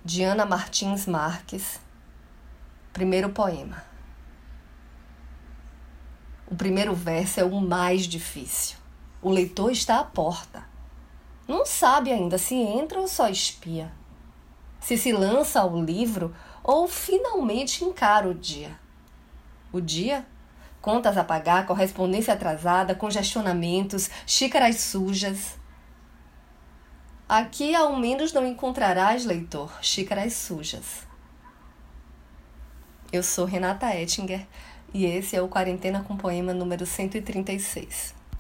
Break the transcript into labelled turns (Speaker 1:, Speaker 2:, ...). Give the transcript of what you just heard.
Speaker 1: de Ana Martins Marques. Primeiro poema. O primeiro verso é o mais difícil. O leitor está à porta. Não sabe ainda se entra ou só espia. Se lança ao livro ou finalmente encara o dia. O dia? Contas a pagar, correspondência atrasada, congestionamentos, xícaras sujas. Aqui, ao menos, não encontrarás, leitor, xícaras sujas. Eu sou Renata Ettinger e esse é o Quarentena com Poema número 136.